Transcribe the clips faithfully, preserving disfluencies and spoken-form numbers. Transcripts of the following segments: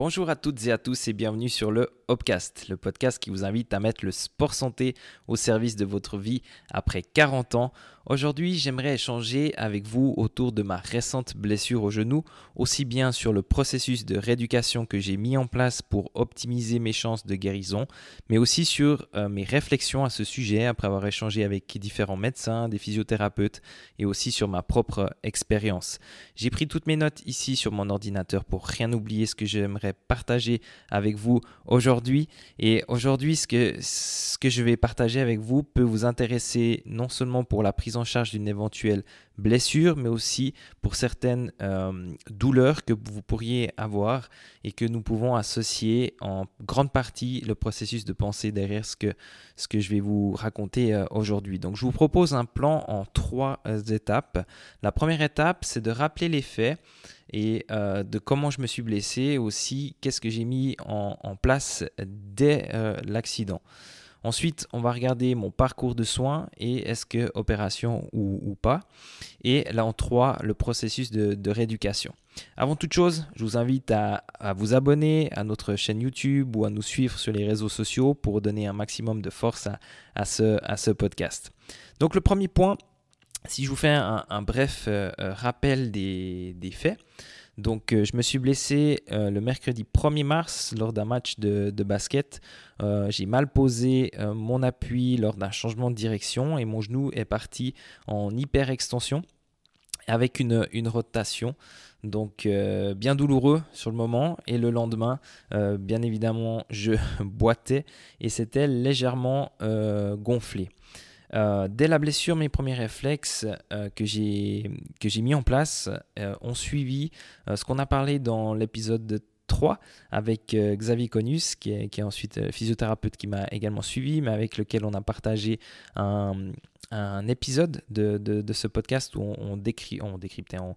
Bonjour à toutes et à tous et bienvenue sur le Hopcast, le podcast qui vous invite à mettre le sport santé au service de votre vie après quarante ans. Aujourd'hui, j'aimerais échanger avec vous autour de ma récente blessure au genou, aussi bien sur le processus de rééducation que j'ai mis en place pour optimiser mes chances de guérison, mais aussi sur euh, mes réflexions à ce sujet après avoir échangé avec différents médecins, des physiothérapeutes et aussi sur ma propre expérience. J'ai pris toutes mes notes ici sur mon ordinateur pour rien oublier ce que j'aimerais partager avec vous aujourd'hui. Et aujourd'hui, ce que, ce que je vais partager avec vous peut vous intéresser non seulement pour la prise en charge d'une éventuelle blessure, mais aussi pour certaines euh, douleurs que vous pourriez avoir et que nous pouvons associer en grande partie le processus de pensée derrière ce que, ce que je vais vous raconter euh, aujourd'hui. Donc, je vous propose un plan en trois euh, étapes. La première étape, c'est de rappeler les faits et euh, de comment je me suis blessé, aussi qu'est-ce que j'ai mis en, en place dès euh, l'accident. Ensuite, on va regarder mon parcours de soins et est-ce que opération ou, ou pas. Et là, en trois, le processus de, de rééducation. Avant toute chose, je vous invite à, à vous abonner à notre chaîne YouTube ou à nous suivre sur les réseaux sociaux pour donner un maximum de force à, à, ce, à ce podcast. Donc, le premier point, si je vous fais un, un bref euh, rappel des, des faits. Donc, euh, je me suis blessé euh, le mercredi premier mars lors d'un match de, de basket. Euh, j'ai mal posé euh, mon appui lors d'un changement de direction et mon genou est parti en hyperextension avec une, une rotation. Donc, euh, bien douloureux sur le moment. Et le lendemain, euh, bien évidemment, je boitais et c'était légèrement euh, gonflé. Euh, dès la blessure, mes premiers réflexes euh, que, j'ai, que j'ai mis en place euh, ont suivi euh, ce qu'on a parlé dans l'épisode trois avec euh, Xavier Conus, qui est, qui est ensuite euh, physiothérapeute qui m'a également suivi, mais avec lequel on a partagé un, un épisode de, de, de ce podcast où on, on, décrit, on décryptait, on,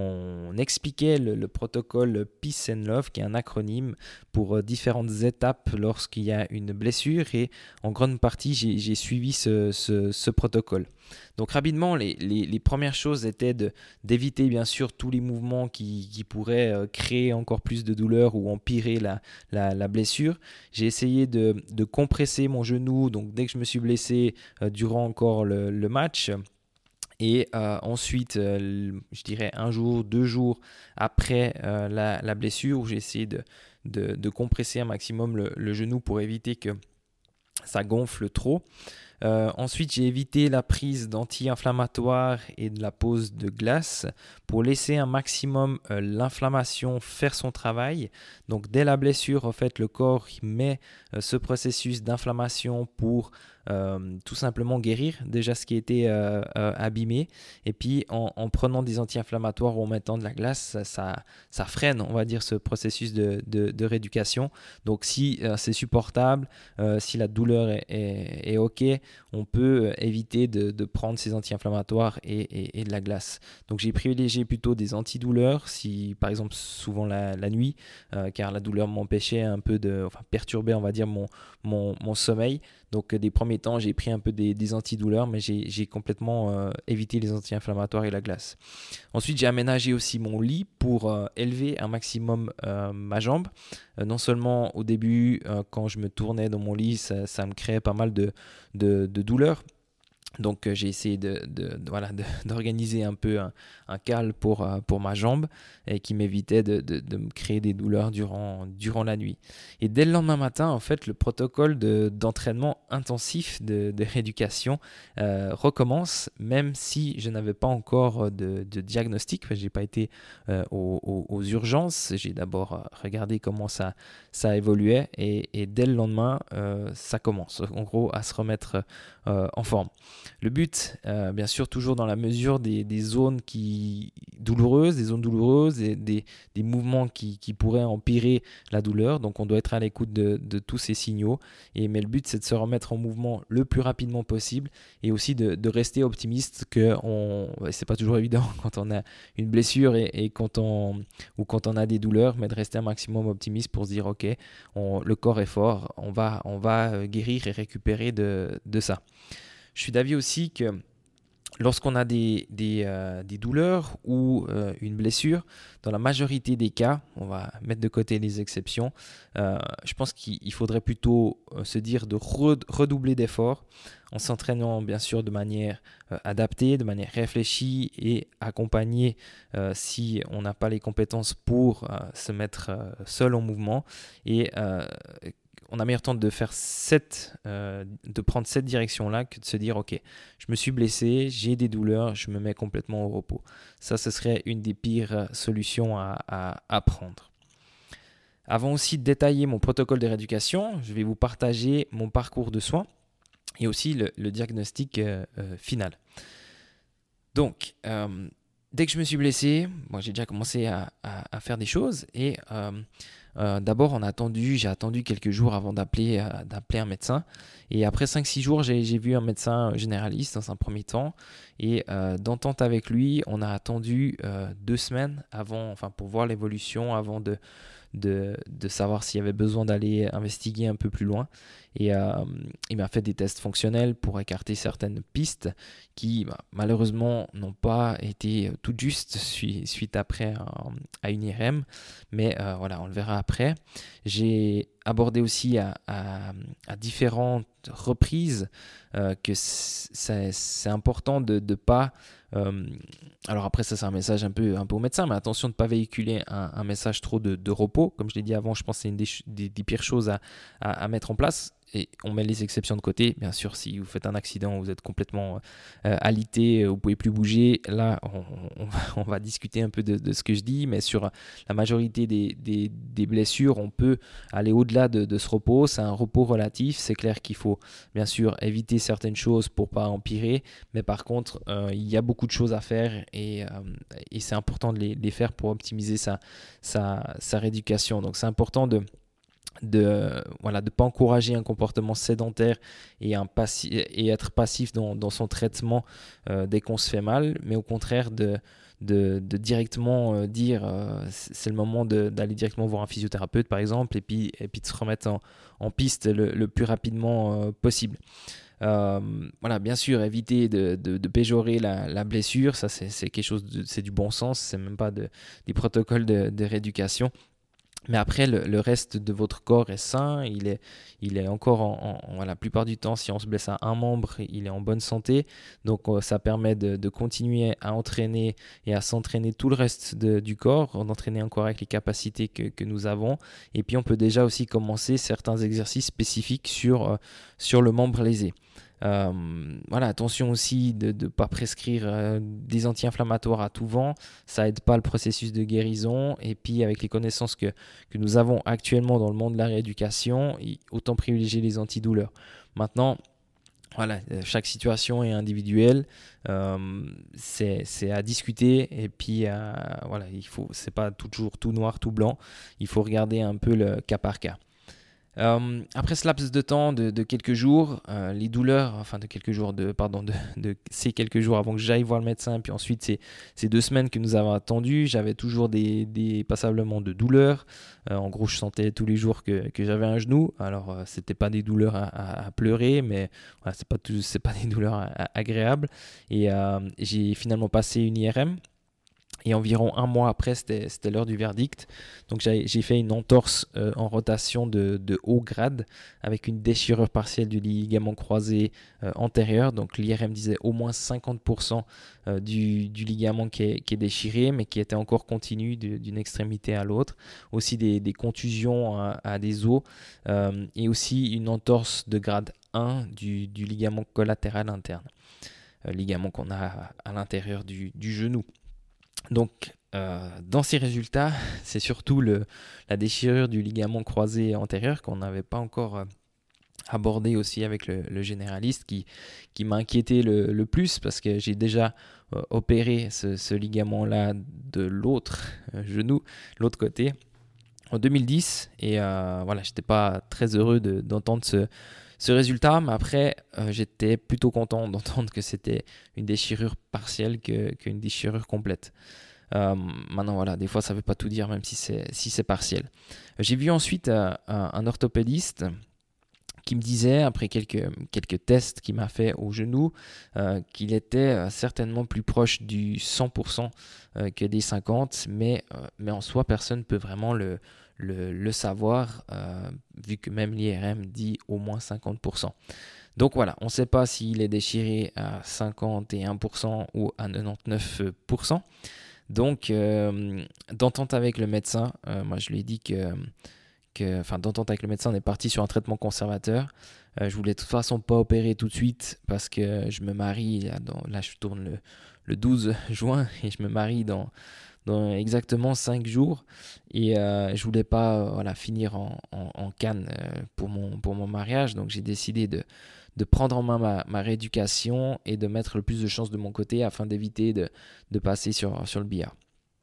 on expliquait le, le protocole Peace and Love, qui est un acronyme pour euh, différentes étapes lorsqu'il y a une blessure, et en grande partie, j'ai, j'ai suivi ce, ce, ce protocole. Donc rapidement, les, les, les premières choses étaient de, d'éviter bien sûr tous les mouvements qui, qui pourraient euh, créer encore plus de douleur ou empirer la, la, la blessure. J'ai essayé de, de compresser mon genou, donc dès que je me suis blessé euh, durant encore le, le match. Et euh, ensuite, euh, je dirais un jour, deux jours après euh, la, la blessure, j'ai essayé de, de, de compresser un maximum le, le genou pour éviter que ça gonfle trop. Euh, ensuite, j'ai évité la prise d'anti-inflammatoires et de la pose de glace pour laisser un maximum euh, l'inflammation faire son travail. Donc, dès la blessure, en fait, le corps met euh, ce processus d'inflammation pour euh, tout simplement guérir déjà ce qui était euh, euh, abîmé. Et puis, en, en prenant des anti-inflammatoires ou en mettant de la glace, ça, ça, ça freine, on va dire, ce processus de, de, de rééducation. Donc, si euh, c'est supportable, euh, si la douleur est, est, est OK, on peut éviter de, de prendre ces anti-inflammatoires et, et, et de la glace. Donc j'ai privilégié plutôt des antidouleurs, si par exemple souvent la, la nuit, euh, car la douleur m'empêchait un peu de, enfin perturbait on va dire mon, mon, mon sommeil. Donc des premiers temps j'ai pris un peu des, des antidouleurs, mais j'ai, j'ai complètement euh, évité les anti-inflammatoires et la glace. Ensuite j'ai aménagé aussi mon lit pour euh, élever un maximum euh, ma jambe. Euh, non seulement au début euh, quand je me tournais dans mon lit, ça, ça me créait pas mal de de, de douleur. Donc euh, j'ai essayé de, de, de, voilà, de, d'organiser un peu un, un cal pour, euh, pour ma jambe et qui m'évitait de, de, de me créer des douleurs durant, durant la nuit. Et dès le lendemain matin, en fait, le protocole de, d'entraînement intensif de, de rééducation euh, recommence, même si je n'avais pas encore de, de diagnostic. Je n'ai pas été euh, aux, aux, aux urgences. J'ai d'abord regardé comment ça, ça évoluait et, et dès le lendemain, euh, ça commence en gros à se remettre euh, en forme. Le but, euh, bien sûr, toujours dans la mesure des, des zones qui, douloureuses, des zones douloureuses et des, des mouvements qui, qui pourraient empirer la douleur. Donc, on doit être à l'écoute de, de tous ces signaux. Et, mais le but, c'est de se remettre en mouvement le plus rapidement possible et aussi de, de rester optimiste que on, c'est pas toujours évident quand on a une blessure et, et quand on, ou quand on a des douleurs, mais de rester un maximum optimiste pour se dire, ok, on, le corps est fort, on va, on va guérir et récupérer de, de ça. Je suis d'avis aussi que Lorsqu'on a des, des, euh, des douleurs ou euh, une blessure, dans la majorité des cas, on va mettre de côté les exceptions, euh, je pense qu'il faudrait plutôt euh, se dire de redoubler d'efforts en s'entraînant bien sûr de manière euh, adaptée, de manière réfléchie et accompagnée euh, si on n'a pas les compétences pour euh, se mettre euh, seul en mouvement. Et euh, on a meilleur temps de faire cette, euh, de prendre cette direction-là que de se dire ok, je me suis blessé, j'ai des douleurs, je me mets complètement au repos. Ça, ce serait une des pires solutions à, à, à prendre. Avant aussi de détailler mon protocole de rééducation, je vais vous partager mon parcours de soins et aussi le, le diagnostic euh, euh, final. Donc, euh, dès que je me suis blessé, moi j'ai déjà commencé à, à, à faire des choses et euh, euh, d'abord on a attendu, j'ai attendu quelques jours avant d'appeler, euh, d'appeler un médecin et après cinq six jours j'ai, j'ai vu un médecin généraliste dans un premier temps et euh, d'entente avec lui on a attendu euh, deux semaines avant, enfin pour voir l'évolution avant de De, de savoir s'il y avait besoin d'aller investiguer un peu plus loin. Et euh, il m'a fait des tests fonctionnels pour écarter certaines pistes qui bah, malheureusement n'ont pas été toutes justes suite après à, à une I R M. Mais euh, voilà, on le verra après. J'ai abordé aussi à, à, à différentes reprises euh, que c'est, c'est important de ne pas... Euh, alors après ça c'est un message un peu, un peu au médecin, mais attention de ne pas véhiculer un, un message trop de, de repos. Comme je l'ai dit avant, je pense que c'est une des, des, des pires choses à, à, à mettre en place. Et on met les exceptions de côté. Bien sûr, si vous faites un accident, vous êtes complètement euh, alité, vous ne pouvez plus bouger. Là, on, on, on va discuter un peu de, de ce que je dis, mais sur la majorité des, des, des blessures, on peut aller au-delà de, de ce repos. C'est un repos relatif. C'est clair qu'il faut bien sûr éviter certaines choses pour ne pas empirer, mais par contre, euh, il y a beaucoup de choses à faire et, euh, et c'est important de les, de les faire pour optimiser sa, sa, sa rééducation. Donc c'est important de de voilà de pas encourager un comportement sédentaire et, un passi- et être passif dans, dans son traitement euh, dès qu'on se fait mal, mais au contraire de, de, de directement euh, dire euh, c'est le moment de, d'aller directement voir un physiothérapeute par exemple et puis, et puis de se remettre en, en piste le, le plus rapidement euh, possible. Euh, voilà, bien sûr, éviter de, de, de péjorer la, la blessure, ça c'est, c'est quelque chose de, c'est du bon sens, c'est même pas de, des protocoles de, de rééducation. Mais après, le, le reste de votre corps est sain, il est, il est encore, en, en, en, la plupart du temps, si on se blesse à un membre, il est en bonne santé. Donc euh, ça permet de, de continuer à entraîner et à s'entraîner tout le reste de, du corps, d'entraîner encore avec les capacités que, que nous avons. Et puis on peut déjà aussi commencer certains exercices spécifiques sur, euh, sur le membre lésé. Euh, voilà, attention aussi de ne pas prescrire euh, des anti-inflammatoires à tout vent, ça aide pas le processus de guérison. Et puis avec les connaissances que, que nous avons actuellement dans le monde de la rééducation, autant privilégier les antidouleurs. Maintenant, voilà, chaque situation est individuelle, euh, c'est, c'est à discuter et puis euh, voilà, il faut, c'est pas toujours tout noir, tout blanc, il faut regarder un peu le cas par cas. Euh, après ce laps de temps de, de quelques jours, euh, les douleurs, enfin de quelques jours, de, pardon, de, de ces quelques jours avant que j'aille voir le médecin, puis ensuite ces, ces deux semaines que nous avons attendues, j'avais toujours des, des passablement de douleurs. Euh, en gros, je sentais tous les jours que, que j'avais un genou. Alors, euh, c'était pas des douleurs à, à, à pleurer, mais voilà, c'est pas tout, c'est pas des douleurs à, à, agréables. Et euh, j'ai finalement passé une I R M. Et environ un mois après, c'était, c'était l'heure du verdict. Donc j'ai, j'ai fait une entorse euh, en rotation de, de haut grade avec une déchirure partielle du ligament croisé euh, antérieur. Donc l'I R M disait au moins cinquante pour cent euh, du, du ligament qui est, qui est déchiré, mais qui était encore continu de, d'une extrémité à l'autre. Aussi des, des contusions à, à des os euh, et aussi une entorse de grade un du, du ligament collatéral interne. Euh, ligament qu'on a à, à l'intérieur du, du genou. Donc, euh, dans ces résultats, c'est surtout le, la déchirure du ligament croisé antérieur qu'on n'avait pas encore euh, abordé aussi avec le, le généraliste qui, qui m'a inquiété le, le plus parce que j'ai déjà euh, opéré ce, ce ligament-là de l'autre euh, genou, l'autre côté, en deux mille dix. Et euh, voilà, je n'étais pas très heureux de, d'entendre ce, ce résultat, mais après, euh, j'étais plutôt content d'entendre que c'était une déchirure partielle que, qu'une déchirure complète. Euh, maintenant, voilà, des fois, ça ne veut pas tout dire, même si c'est, si c'est partiel. J'ai vu ensuite euh, un, un orthopédiste qui me disait, après quelques, quelques tests qu'il m'a fait au genou, euh, qu'il était euh, certainement plus proche du cent pour cent euh, que des cinquante, mais, euh, mais en soi, personne ne peut vraiment le, le, le savoir, euh, vu que même l'I R M dit au moins cinquante pour cent. Donc voilà, on ne sait pas s'il est déchiré à cinquante et un pour cent ou à quatre-vingt-dix-neuf pour cent. Donc, euh, d'entente avec le médecin, euh, moi je lui ai dit que, que enfin d'entente avec le médecin, on est parti sur un traitement conservateur. Euh, je voulais de toute façon pas opérer tout de suite parce que je me marie, là, dans, là je tourne le, le douze juin et je me marie dans, dans exactement cinq jours. Et euh, je voulais pas euh, voilà, finir en, en, en canne euh, pour, mon, pour mon mariage. Donc j'ai décidé de, de prendre en main ma, ma rééducation et de mettre le plus de chances de mon côté afin d'éviter de, de passer sur, sur le billard.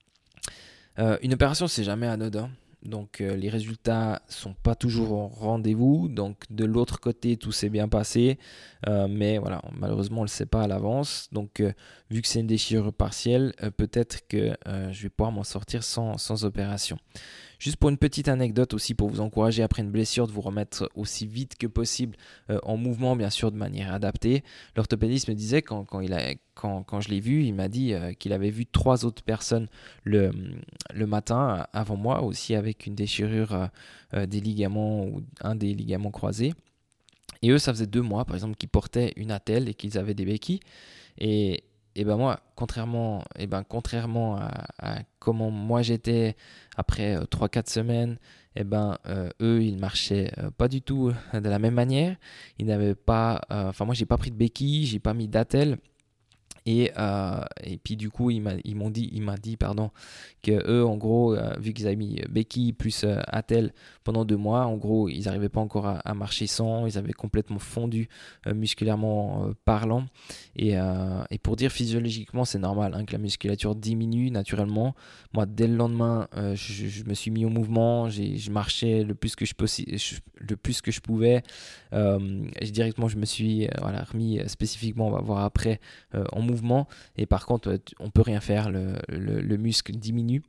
Euh, une opération, c'est jamais anodin. Donc euh, les résultats sont pas toujours au rendez-vous. Donc de l'autre côté, tout s'est bien passé. Euh, mais voilà, malheureusement, on ne le sait pas à l'avance. Donc euh, vu que c'est une déchirure partielle, euh, peut-être que euh, je vais pouvoir m'en sortir sans, sans opération. Juste pour une petite anecdote aussi, pour vous encourager après une blessure de vous remettre aussi vite que possible euh, en mouvement, bien sûr de manière adaptée. L'orthopédiste me disait, quand, quand, il a, quand, quand je l'ai vu, il m'a dit euh, qu'il avait vu trois autres personnes le, le matin avant moi, aussi avec une déchirure euh, euh, des ligaments ou un des ligaments croisés. Et eux, ça faisait deux mois, par exemple, qu'ils portaient une attelle et qu'ils avaient des béquilles. Et, et ben moi, contrairement, et ben contrairement à, à comment moi j'étais après euh, trois quatre semaines, et ben euh, eux, ils marchaient euh, pas du tout euh, de la même manière. Ils n'avaient pas, euh, enfin moi j'ai pas pris de béquilles, j'ai pas mis d'attelle. Et, euh, et puis du coup, ils, m'a, ils m'ont dit, il m'a dit pardon, que eux, en gros, euh, vu qu'ils avaient mis béquille plus euh, attelle pendant deux mois, en gros, ils n'arrivaient pas encore à, à marcher sans, ils avaient complètement fondu euh, musculairement euh, parlant. Et, euh, et pour dire physiologiquement, c'est normal hein, que la musculature diminue naturellement. Moi, dès le lendemain, euh, je, je me suis mis au mouvement, j'ai, je marchais le plus que je, possi- le plus que je pouvais. Euh, directement, je me suis euh, voilà, remis spécifiquement, on va voir après, euh, en mouvement. Et par contre, on peut rien faire, le, le, le muscle diminue.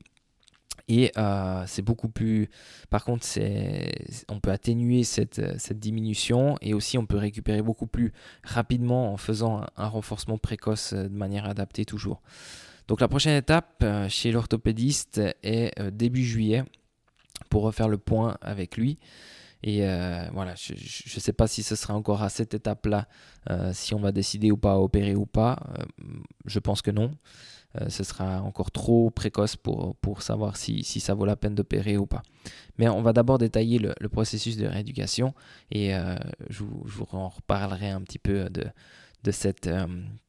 Et euh, c'est beaucoup plus... Par contre, c'est, on peut atténuer cette, cette diminution et aussi on peut récupérer beaucoup plus rapidement en faisant un, un renforcement précoce de manière adaptée toujours. Donc la prochaine étape euh, chez l'orthopédiste est euh, début juillet pour refaire le point avec lui. Et euh, voilà, je ne sais pas si ce sera encore à cette étape-là, euh, si on va décider ou pas à opérer ou pas. Euh, je pense que non. Euh, ce sera encore trop précoce pour, pour savoir si, si ça vaut la peine d'opérer ou pas. Mais on va d'abord détailler le, le processus de rééducation et euh, je, vous, je vous en reparlerai un petit peu de, de, cette, euh,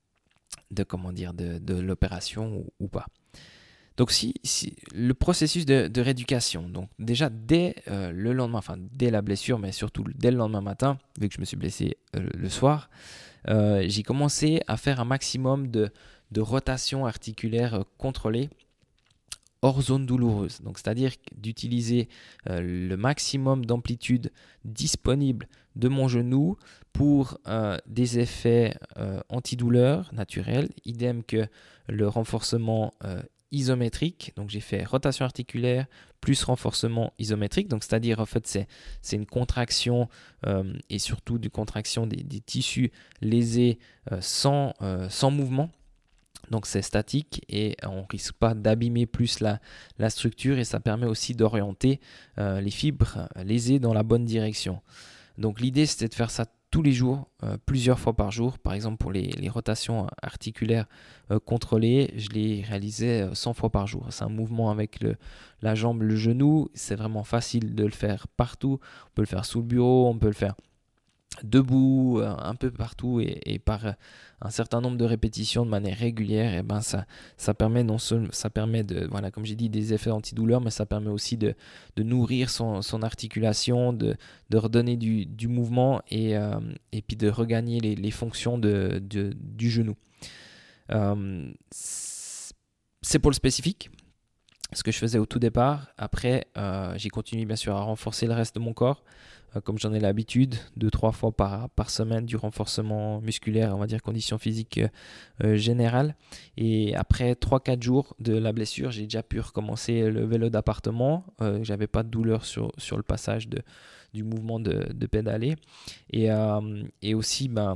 de, comment dire, de, de l'opération ou, ou pas. Donc si, si le processus de, de rééducation, donc déjà dès euh, le lendemain, enfin dès la blessure, mais surtout dès le lendemain matin, vu que je me suis blessé euh, le soir, euh, j'ai commencé à faire un maximum de, de rotation articulaire euh, contrôlée hors zone douloureuse. Donc c'est-à-dire d'utiliser euh, le maximum d'amplitude disponible de mon genou pour euh, des effets euh, antidouleurs naturels, idem que le renforcement euh, isométrique. Donc j'ai fait rotation articulaire plus renforcement isométrique. Donc c'est-à-dire en fait c'est, c'est une contraction euh, et surtout une contraction des, des tissus lésés euh, sans, euh, sans mouvement. Donc c'est statique et on ne risque pas d'abîmer plus la, la structure et ça permet aussi d'orienter euh, les fibres lésées dans la bonne direction. Donc l'idée c'était de faire ça tous les jours, euh, plusieurs fois par jour. Par exemple pour les, les rotations articulaires euh, contrôlées, je les réalisais cent fois par jour. C'est un mouvement avec le, la jambe, le genou. C'est vraiment facile de le faire partout. On peut le faire sous le bureau, on peut le faire debout, un peu partout et, et par un certain nombre de répétitions de manière régulière, et ben ça, ça permet non seulement, ça permet de, voilà, comme j'ai dit, des effets antidouleurs, mais ça permet aussi de, de nourrir son, son articulation, de, de redonner du, du mouvement et, euh, et puis de regagner les, les fonctions de, de, du genou. Euh, c'est pour le spécifique. ce que je faisais au tout départ. Après, euh, j'ai continué bien sûr à renforcer le reste de mon corps, euh, comme j'en ai l'habitude, deux, trois fois par, par semaine du renforcement musculaire, on va dire condition physique euh, euh, générale. Et après trois quatre jours de la blessure, j'ai déjà pu recommencer le vélo d'appartement. Euh, j'avais pas de douleur sur, sur le passage de, du mouvement de, de pédaler. Et, euh, et aussi, ben,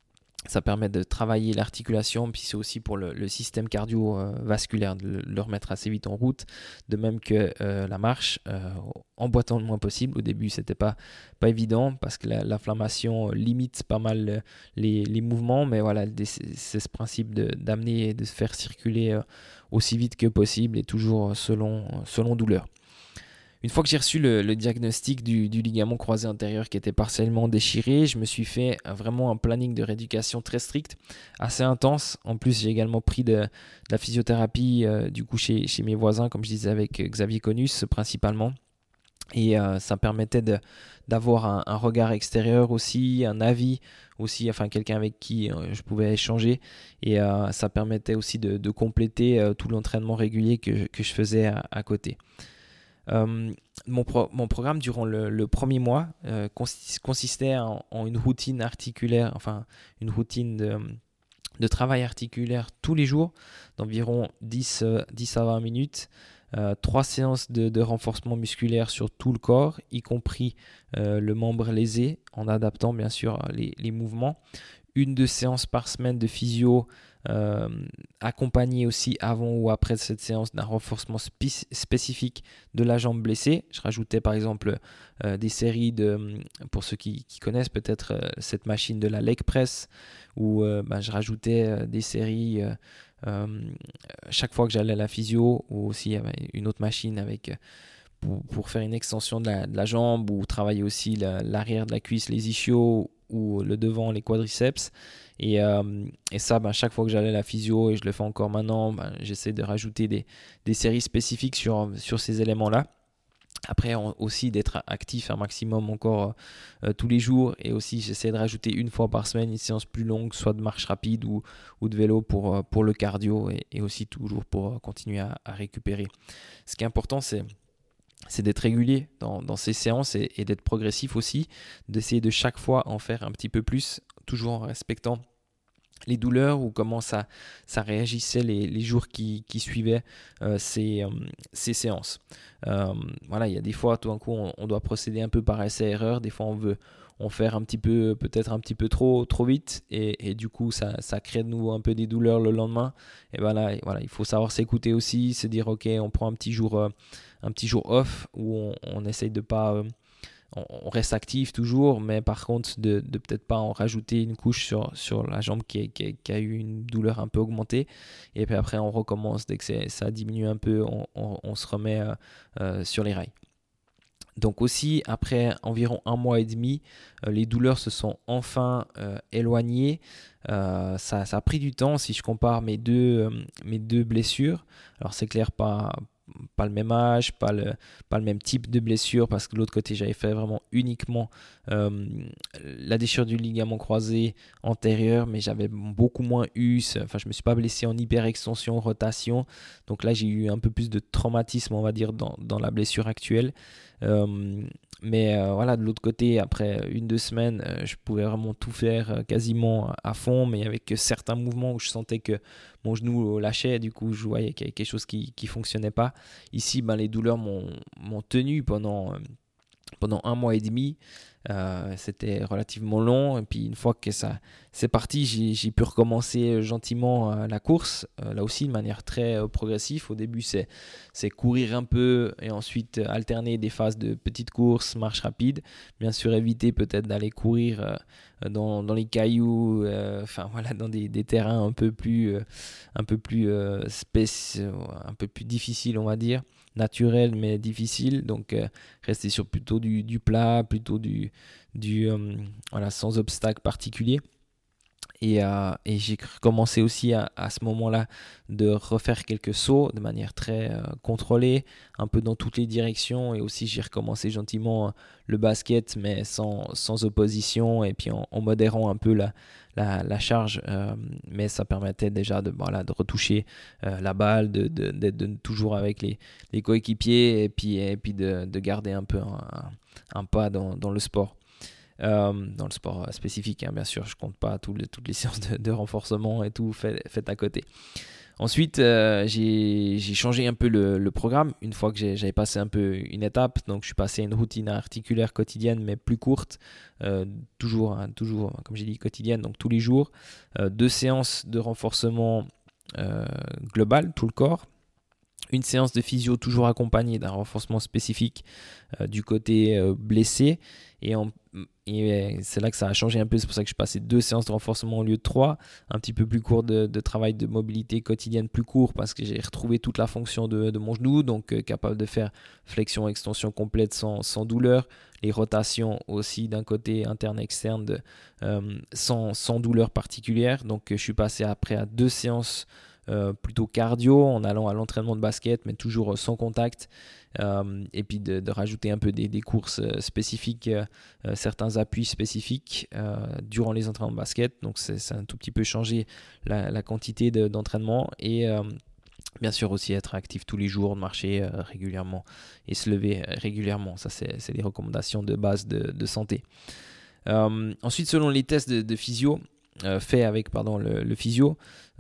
ça permet de travailler l'articulation, puis c'est aussi pour le, le système cardiovasculaire, de le, le remettre assez vite en route, de même que euh, la marche, euh, en boitant le moins possible. Au début, c'était pas, pas évident parce que la, l'inflammation limite pas mal les, les mouvements, mais voilà, c'est ce principe de, d'amener et de faire circuler aussi vite que possible et toujours selon, selon douleur. Une fois que j'ai reçu le, le diagnostic du, du ligament croisé antérieur qui était partiellement déchiré, je me suis fait vraiment un planning de rééducation très strict, assez intense. En plus, j'ai également pris de, de la physiothérapie euh, du coup chez, chez mes voisins, comme je disais avec Xavier Conus principalement. Et euh, ça me permettait de, d'avoir un, un regard extérieur aussi, un avis aussi, enfin quelqu'un avec qui euh, je pouvais échanger. Et euh, ça permettait aussi de, de compléter euh, tout l'entraînement régulier que, que je faisais à, à côté. Euh, mon, pro- mon programme durant le, le premier mois euh, consist- consistait en, en une routine articulaire, enfin une routine de, de travail articulaire tous les jours d'environ dix, euh, dix à vingt minutes, euh, trois séances de, de renforcement musculaire sur tout le corps, y compris euh, le membre lésé, en adaptant bien sûr les, les mouvements, une deux séances par semaine de physio, euh, accompagné aussi avant ou après cette séance d'un renforcement spé- spécifique de la jambe blessée. Je rajoutais par exemple euh, des séries de, pour ceux qui, qui connaissent peut-être euh, cette machine de la leg press, où euh, ben, je rajoutais euh, des séries euh, euh, chaque fois que j'allais à la physio, ou aussi une autre machine avec pour, pour faire une extension de la, de la jambe, ou travailler aussi la, l'arrière de la cuisse, les ischios, ou le devant, les quadriceps. Et, euh, et ça, ben, chaque fois que j'allais à la physio, et je le fais encore maintenant, ben, j'essaie de rajouter des, des séries spécifiques sur, sur ces éléments-là. Après, on, aussi d'être actif un maximum encore euh, tous les jours. Et aussi, j'essaie de rajouter une fois par semaine une séance plus longue, soit de marche rapide ou, ou de vélo pour, pour le cardio, et, et aussi toujours pour continuer à, à récupérer. Ce qui est important, c'est c'est d'être régulier dans, dans ces séances, et, et d'être progressif aussi, d'essayer de chaque fois en faire un petit peu plus, toujours en respectant les douleurs ou comment ça, ça réagissait les, les jours qui, qui suivaient euh, ces, euh, ces séances. Euh, voilà, il y a des fois, tout d'un coup, on, on doit procéder un peu par essai-erreur. Des fois, on veut en faire un petit peu, peut-être un petit peu trop, trop vite, et, et du coup, ça, ça crée de nouveau un peu des douleurs le lendemain. Et voilà, et voilà, il faut savoir s'écouter aussi, se dire, ok, on prend un petit jour, euh, un petit jour off où on, on essaye de pas... Euh, on reste actif toujours, mais par contre de, de peut-être pas en rajouter une couche sur, sur la jambe qui, est, qui, est, qui a eu une douleur un peu augmentée, et puis après on recommence. Dès que c'est, ça diminue un peu, on, on, on se remet euh, euh, sur les rails. Donc aussi, après environ un mois et demi, euh, les douleurs se sont enfin euh, éloignées. Euh, ça, ça a pris du temps si je compare mes deux, euh, mes deux blessures. Alors c'est clair, pas, pas le même âge, pas le, pas le même type de blessure, parce que de l'autre côté, j'avais fait vraiment uniquement euh, la déchirure du ligament croisé antérieur, mais j'avais beaucoup moins eu, enfin je me suis pas blessé en hyperextension, rotation. Donc là, j'ai eu un peu plus de traumatisme, on va dire, dans, dans la blessure actuelle. Euh, mais euh, voilà, de l'autre côté, après une, deux semaines, euh, je pouvais vraiment tout faire euh, quasiment à fond, mais avec certains mouvements où je sentais que mon genou lâchait, du coup je voyais qu'il y avait quelque chose qui ne fonctionnait pas. Ici, ben, les douleurs m'ont, m'ont tenu pendant, euh, pendant un mois et demi. Euh, c'était relativement long, et puis une fois que ça c'est parti, j'ai, j'ai pu recommencer gentiment euh, la course, euh, là aussi de manière très euh, progressive. Au début c'est, c'est courir un peu, et ensuite euh, alterner des phases de petites courses, marche rapide, bien sûr éviter peut-être d'aller courir euh, dans, dans les cailloux, euh, enfin voilà, dans des, des terrains un peu plus euh, un peu plus euh, spéc- un peu plus difficiles, on va dire, naturel mais difficile. Donc euh, rester sur plutôt du, du plat, plutôt du, du euh, voilà, sans obstacle particulier. Et, euh, et j'ai commencé aussi à, à ce moment-là de refaire quelques sauts de manière très euh, contrôlée, un peu dans toutes les directions. Et aussi j'ai recommencé gentiment le basket, mais sans, sans opposition et puis en, en modérant un peu la, la, la charge. Euh, mais ça permettait déjà de, voilà, de retoucher euh, la balle, de, de, d'être de, toujours avec les, les coéquipiers et puis, et puis de, de garder un peu un, un pas dans, dans le sport. Euh, dans le sport spécifique, hein, bien sûr, je compte pas tous les, toutes les séances de, de renforcement et tout faites fait à côté. Ensuite, euh, j'ai, j'ai changé un peu le, le programme une fois que j'ai, j'avais passé un peu une étape. Donc, je suis passé à une routine articulaire quotidienne, mais plus courte, euh, toujours, hein, toujours, comme j'ai dit, quotidienne, donc tous les jours. Euh, deux séances de renforcement euh, global, tout le corps. Une séance de physio toujours accompagnée d'un renforcement spécifique euh, du côté euh, blessé. Et, en, et c'est là que ça a changé un peu. C'est pour ça que je suis passé deux séances de renforcement au lieu de trois. Un petit peu plus court de, de travail de mobilité quotidienne, plus court parce que j'ai retrouvé toute la fonction de, de mon genou. Donc euh, capable de faire flexion, extension complète sans, sans douleur. Les rotations aussi d'un côté interne-externe de, euh, sans, sans douleur particulière. Donc je suis passé après à deux séances Euh, plutôt cardio en allant à l'entraînement de basket, mais toujours sans contact, euh, et puis de, de rajouter un peu des, des courses spécifiques, euh, certains appuis spécifiques euh, durant les entraînements de basket. Donc c'est, c'est un tout petit peu changé la, la quantité de, d'entraînement et euh, bien sûr aussi être actif tous les jours, marcher euh, régulièrement et se lever régulièrement. Ça c'est, c'est les recommandations de base de, de santé. Euh, ensuite, selon les tests de, de physio, euh, faits avec pardon, le, le physio,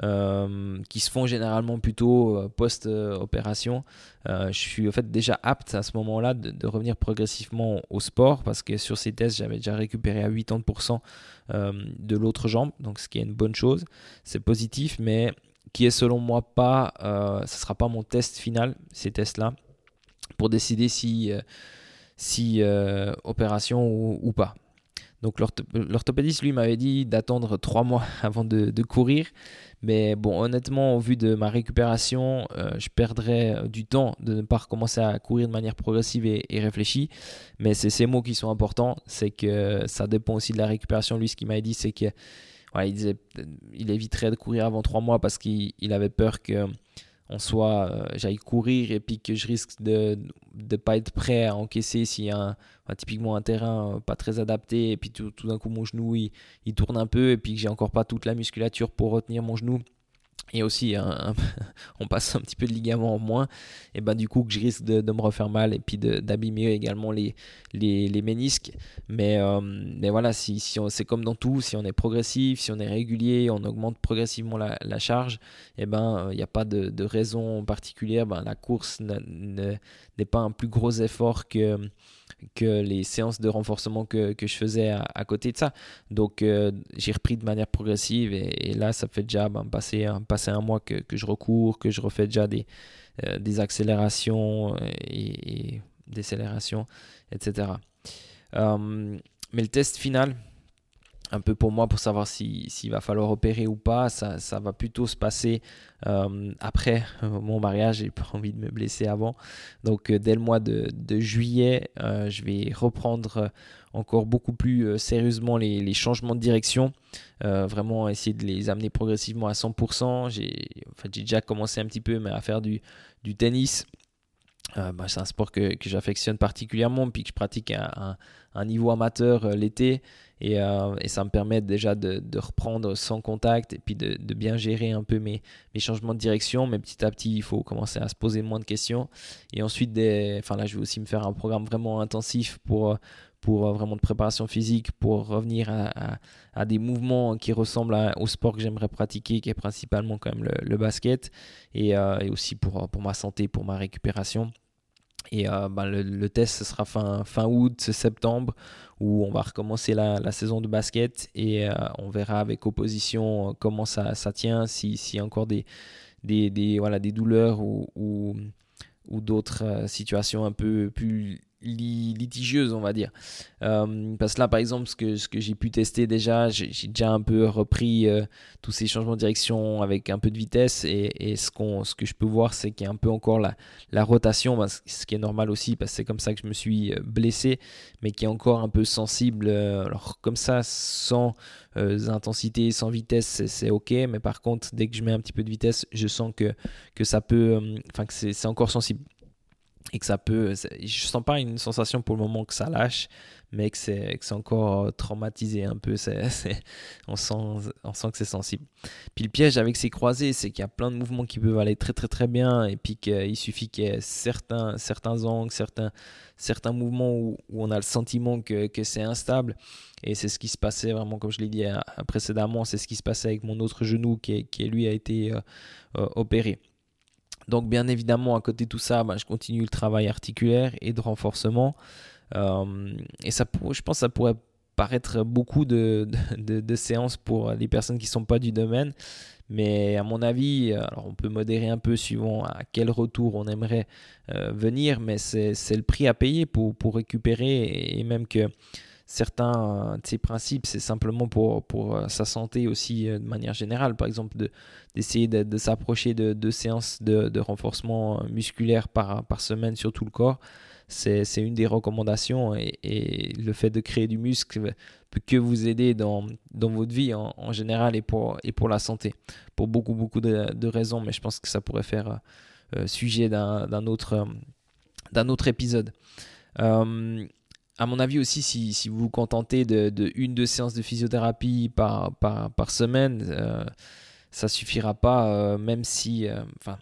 euh, qui se font généralement plutôt euh, post-opération, euh, je suis en fait déjà apte à ce moment-là de, de revenir progressivement au sport parce que sur ces tests, j'avais déjà récupéré à quatre-vingts pour cent euh, de l'autre jambe, donc ce qui est une bonne chose. C'est positif, mais qui est selon moi pas, euh, ce ne sera pas mon test final, ces tests-là, pour décider si, euh, si euh, opération ou, ou pas. Donc l'orthopédiste, lui, m'avait dit d'attendre trois mois avant de, de courir. Mais bon, honnêtement, au vu de ma récupération, euh, je perdrais du temps de ne pas recommencer à courir de manière progressive et, et réfléchie. Mais c'est ces mots qui sont importants. C'est que ça dépend aussi de la récupération. Lui, ce qu'il m'avait dit, c'est que ouais, il, disait, il éviterait de courir avant trois mois parce qu'il il avait peur que en soit euh, j'aille courir et puis que je risque de ne pas être prêt à encaisser s'il y a un, enfin, typiquement un terrain euh, pas très adapté et puis tout, tout d'un coup mon genou il, il tourne un peu et puis que j'ai encore pas toute la musculature pour retenir mon genou et aussi un, un, on passe un petit peu de ligament en moins et ben du coup que je risque de, de me refaire mal et puis de, d'abîmer également les, les, les ménisques mais, euh, mais voilà si, si on, c'est comme dans tout, si on est progressif, si on est régulier, on augmente progressivement la, la charge et ben il n'y a pas de, de raison particulière, ben, la course ne, ne, n'est pas un plus gros effort que que les séances de renforcement que, que je faisais à, à côté de ça. Donc euh, j'ai repris de manière progressive et, et là ça fait déjà ben, passer, un, passer un mois que, que je recours, que je refais déjà des, euh, des accélérations et, et décélérations, et cetera. Euh, mais le test final, un peu pour moi pour savoir si, s'il va falloir opérer ou pas, ça, ça va plutôt se passer euh, après mon mariage. J'ai pas envie de me blesser avant, donc euh, dès le mois de, de juillet euh, je vais reprendre encore beaucoup plus euh, sérieusement les, les changements de direction, euh, vraiment essayer de les amener progressivement à cent pour cent. J'ai, en fait, j'ai déjà commencé un petit peu mais à faire du, du tennis. Euh, bah, c'est un sport que, que j'affectionne particulièrement puis que je pratique à un, un niveau amateur euh, l'été et, euh, et ça me permet déjà de, de reprendre sans contact et puis de, de bien gérer un peu mes, mes changements de direction, mais petit à petit il faut commencer à se poser moins de questions et ensuite des, enfin là je vais aussi me faire un programme vraiment intensif pour, pour vraiment de préparation physique pour revenir à, à, à des mouvements qui ressemblent à, au sport que j'aimerais pratiquer qui est principalement quand même le, le basket et, euh, et aussi pour, pour ma santé, pour ma récupération. Et euh, ben le, le test, ce sera fin, fin août, septembre, où on va recommencer la, la saison de basket et euh, on verra avec opposition euh, comment ça, ça tient, s'il si y a encore des, des, des, voilà, des douleurs ou, ou, ou d'autres euh, situations un peu plus litigieuse, on va dire. Euh, parce que là, par exemple, ce que, ce que j'ai pu tester déjà, j'ai, j'ai déjà un peu repris euh, tous ces changements de direction avec un peu de vitesse. Et, et ce, qu'on, ce que je peux voir, c'est qu'il y a un peu encore la, la rotation, bah, ce qui est normal aussi, parce que c'est comme ça que je me suis blessé, mais qui est encore un peu sensible. Euh, alors, comme ça, sans euh, intensité, sans vitesse, c'est, c'est ok. Mais par contre, dès que je mets un petit peu de vitesse, je sens que, que ça peut, enfin, euh, que c'est, c'est encore sensible. Et que ça peut, je sens pas une sensation pour le moment que ça lâche, mais que c'est, que c'est encore traumatisé un peu, c'est, c'est, on, sent, on sent que c'est sensible. Puis le piège avec ces croisés, c'est qu'il y a plein de mouvements qui peuvent aller très très très bien, et puis qu'il suffit qu'il y ait certains, certains angles, certains, certains mouvements où, où on a le sentiment que, que c'est instable, et c'est ce qui se passait vraiment, comme je l'ai dit précédemment, c'est ce qui se passait avec mon autre genou qui, qui lui a été euh, euh, opéré. Donc bien évidemment, à côté de tout ça, ben, je continue le travail articulaire et de renforcement. Euh, et ça, je pense que ça pourrait paraître beaucoup de, de, de séances pour les personnes qui ne sont pas du domaine. Mais à mon avis, alors on peut modérer un peu suivant à quel retour on aimerait euh, venir, mais c'est, c'est le prix à payer pour, pour récupérer, et même que certains de ces principes, c'est simplement pour, pour sa santé aussi de manière générale. Par exemple, de, d'essayer de, de s'approcher de deux séances de, de renforcement musculaire par, par semaine sur tout le corps. C'est, c'est une des recommandations, et, et le fait de créer du muscle peut que vous aider dans, dans votre vie en, en général, et pour, et pour la santé. Pour beaucoup, beaucoup de, de raisons, mais je pense que ça pourrait faire euh, sujet d'un, d'un, autre, d'un autre épisode. Euh, À mon avis aussi, si, si vous vous contentez de, de une, deux séances de physiothérapie par, par, par semaine, euh, ça suffira pas, euh, même si... Enfin,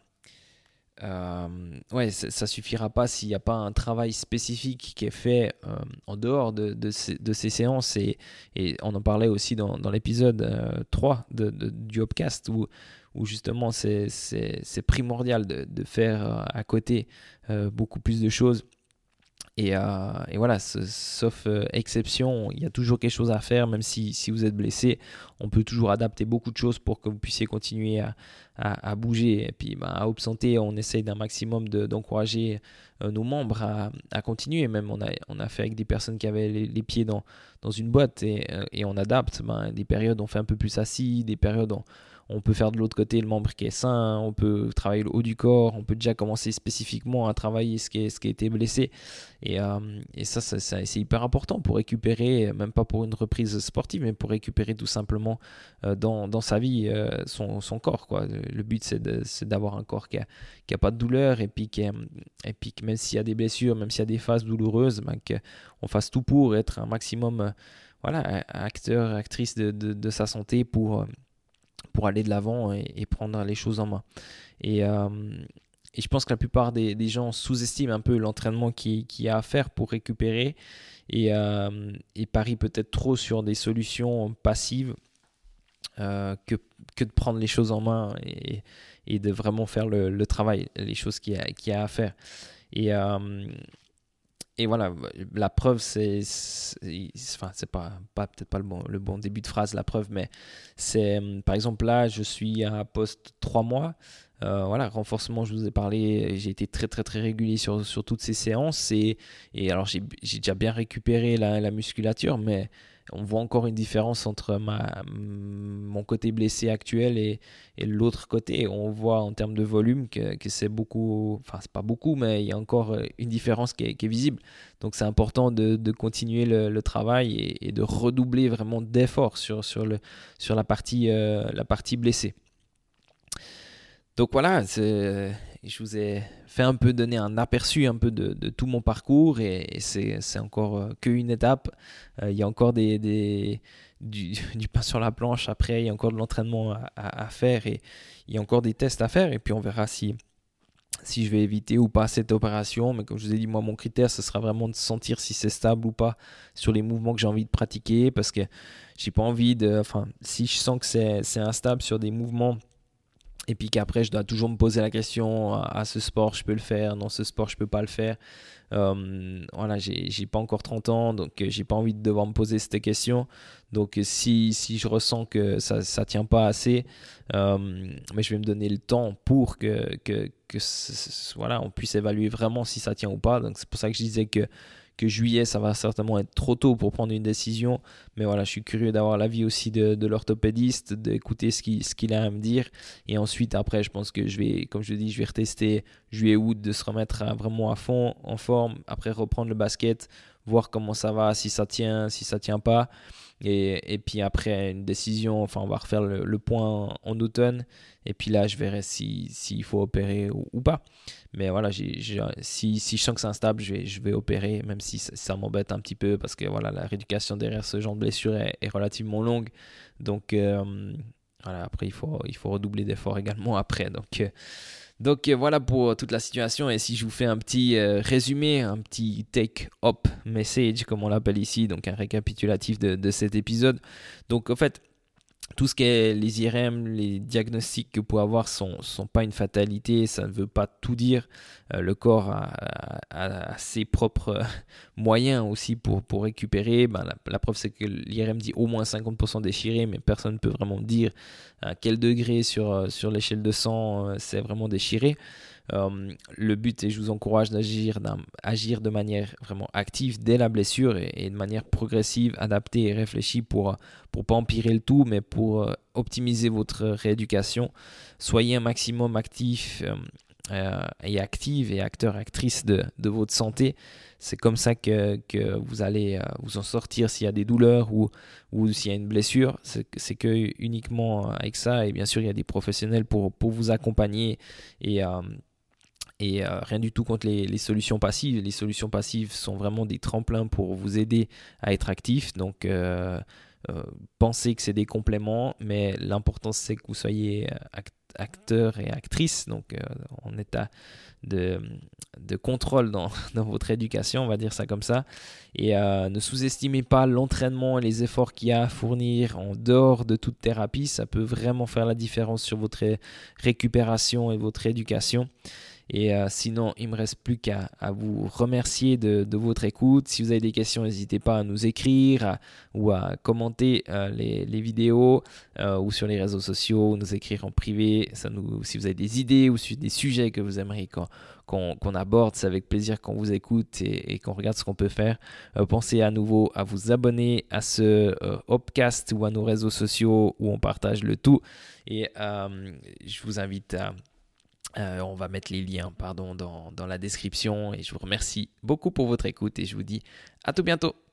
euh, euh, ouais, ça, ça suffira pas s'il n'y a pas un travail spécifique qui est fait euh, en dehors de, de, ces, de ces séances. Et, et on en parlait aussi dans, dans l'épisode euh, trois de, de, du Hopcast, où, où justement c'est, c'est, c'est primordial de, de faire euh, à côté euh, beaucoup plus de choses. Et, euh, et voilà, ce, sauf euh, exception, il y a toujours quelque chose à faire, même si, si vous êtes blessé, on peut toujours adapter beaucoup de choses pour que vous puissiez continuer à, à, à bouger. Et puis ben, à Hope Santé, on essaye d'un maximum de, d'encourager euh, nos membres à, à continuer. Même on a, on a fait avec des personnes qui avaient les, les pieds dans, dans une boîte, et, et on adapte. Ben, des périodes on fait un peu plus assis, des périodes on, on peut faire de l'autre côté le membre qui est sain, on peut travailler le haut du corps, on peut déjà commencer spécifiquement à travailler ce qui, est, ce qui a été blessé. Et, euh, et ça, ça, ça, c'est hyper important pour récupérer, même pas pour une reprise sportive, mais pour récupérer tout simplement euh, dans, dans sa vie euh, son, son corps, quoi. Le but, c'est, de, c'est d'avoir un corps qui n'a qui a pas de douleur, et puis, qui est, et puis que même s'il y a des blessures, même s'il y a des phases douloureuses, ben, qu'on fasse tout pour être un maximum euh, voilà, acteur, actrice de, de, de sa santé pour... Euh, pour aller de l'avant et, et prendre les choses en main. Et, euh, et je pense que la plupart des, des gens sous-estiment un peu l'entraînement qu'il qui y a à faire pour récupérer, et, euh, et parient peut-être trop sur des solutions passives euh, que, que de prendre les choses en main, et, et de vraiment faire le, le travail, les choses qu'il y a, qu'il y a à faire. Et... Euh, Et voilà, la preuve, c'est, c'est, enfin, c'est pas, pas peut-être pas le bon, le bon début de phrase, la preuve, mais c'est, par exemple, là, je suis à poste trois mois. Euh, voilà, renforcement, je vous ai parlé, j'ai été très, très, très régulier sur, sur toutes ces séances. Et, et alors, j'ai, j'ai déjà bien récupéré la, la musculature, mais on voit encore une différence entre ma, mon côté blessé actuel et, et l'autre côté. On voit en termes de volume que, que c'est beaucoup, enfin c'est pas beaucoup, mais il y a encore une différence qui est, qui est visible. Donc c'est important de, de continuer le, le travail, et, et de redoubler vraiment d'efforts sur, sur, le, sur la, partie, euh, la partie blessée. Donc voilà, c'est, je vous ai fait un peu donner un aperçu un peu de, de tout mon parcours, et, et c'est, c'est encore euh, qu'une étape. Euh, il y a encore des, des, du, du pain sur la planche après, il y a encore de l'entraînement à, à, à faire, et il y a encore des tests à faire, et puis on verra si, si je vais éviter ou pas cette opération. Mais comme je vous ai dit, moi mon critère ce sera vraiment de sentir si c'est stable ou pas sur les mouvements que j'ai envie de pratiquer, parce que j'ai pas envie de, enfin si je sens que c'est, c'est instable sur des mouvements Et puis qu'après, je dois toujours me poser la question, à, à ce sport, je peux le faire, non, ce sport, je peux pas le faire. Euh, voilà, j'ai, j'ai pas encore trente ans, donc euh, j'ai pas envie de devoir me poser cette question. Donc euh, si, si je ressens que ça, ça tient pas assez, euh, mais je vais me donner le temps pour que, que, que c- c- voilà, on puisse évaluer vraiment si ça tient ou pas. Donc c'est pour ça que je disais que que juillet, ça va certainement être trop tôt pour prendre une décision. Mais voilà, je suis curieux d'avoir l'avis aussi de, de l'orthopédiste, d'écouter ce qu'il, ce qu'il a à me dire. Et ensuite, après, je pense que je vais, comme je dis, je vais retester juillet-août, de se remettre à- vraiment à fond, en forme. Après, reprendre le basket, voir comment ça va, si ça tient, si ça tient pas. Et, et puis après, une décision, enfin, on va refaire le, le point en, en automne. Et puis là, je verrai si, s'il faut opérer ou, ou pas. Mais voilà, j'ai, j'ai- si, si je sens que c'est instable, je vais, je vais opérer, même si ça, ça m'embête un petit peu parce que voilà, la rééducation derrière ce genre de blessure est, est relativement longue. Donc euh, voilà, après, il faut, il faut redoubler d'efforts également après. Donc, euh, donc euh, voilà pour toute la situation. Et si je vous fais un petit euh, résumé, un petit take-up message, comme on l'appelle ici, donc un récapitulatif de, de cet épisode. Donc en fait, tout ce qui est les I R M, les diagnostics que vous pouvez avoir sont, sont pas une fatalité, ça ne veut pas tout dire. Euh, le corps a, a- a ses propres moyens aussi pour, pour récupérer. Ben, la, la preuve, c'est que l'I R M dit au moins cinquante pour cent déchiré, mais personne ne peut vraiment dire à quel degré sur, euh, sur l'échelle de cent euh, c'est vraiment déchiré. Euh, le but, et je vous encourage d'agir agir de manière vraiment active dès la blessure et, et de manière progressive, adaptée et réfléchie pour pour pas empirer le tout, mais pour euh, optimiser votre rééducation. Soyez un maximum actif euh, euh, et active et acteur, actrice de, de votre santé. C'est comme ça que, que vous allez euh, vous en sortir s'il y a des douleurs ou, ou s'il y a une blessure. C'est, c'est que uniquement avec ça. Et bien sûr, il y a des professionnels pour, pour vous accompagner et, euh, et euh, rien du tout contre les, les solutions passives. Les solutions passives sont vraiment des tremplins pour vous aider à être actif. Donc, euh, euh, pensez que c'est des compléments, mais l'important c'est que vous soyez act- acteur et actrice, donc euh, en état de, de contrôle dans, dans votre éducation, on va dire ça comme ça. Et euh, ne sous-estimez pas l'entraînement et les efforts qu'il y a à fournir en dehors de toute thérapie. Ça peut vraiment faire la différence sur votre ré- récupération et votre éducation. Et euh, sinon, il ne me reste plus qu'à à vous remercier de, de votre écoute. Si vous avez des questions, n'hésitez pas à nous écrire à- ou à commenter euh, les, les vidéos euh, ou sur les réseaux sociaux, ou nous écrire en privé. Ça nous, si vous avez des idées ou des sujets que vous aimeriez qu'on, qu'on, qu'on aborde, c'est avec plaisir qu'on vous écoute et, et qu'on regarde ce qu'on peut faire. Euh, pensez à nouveau à vous abonner à ce euh, Hopcast ou à nos réseaux sociaux où on partage le tout. Et euh, je vous invite à Euh, on va mettre les liens pardon, dans, dans la description et je vous remercie beaucoup pour votre écoute et je vous dis à tout bientôt.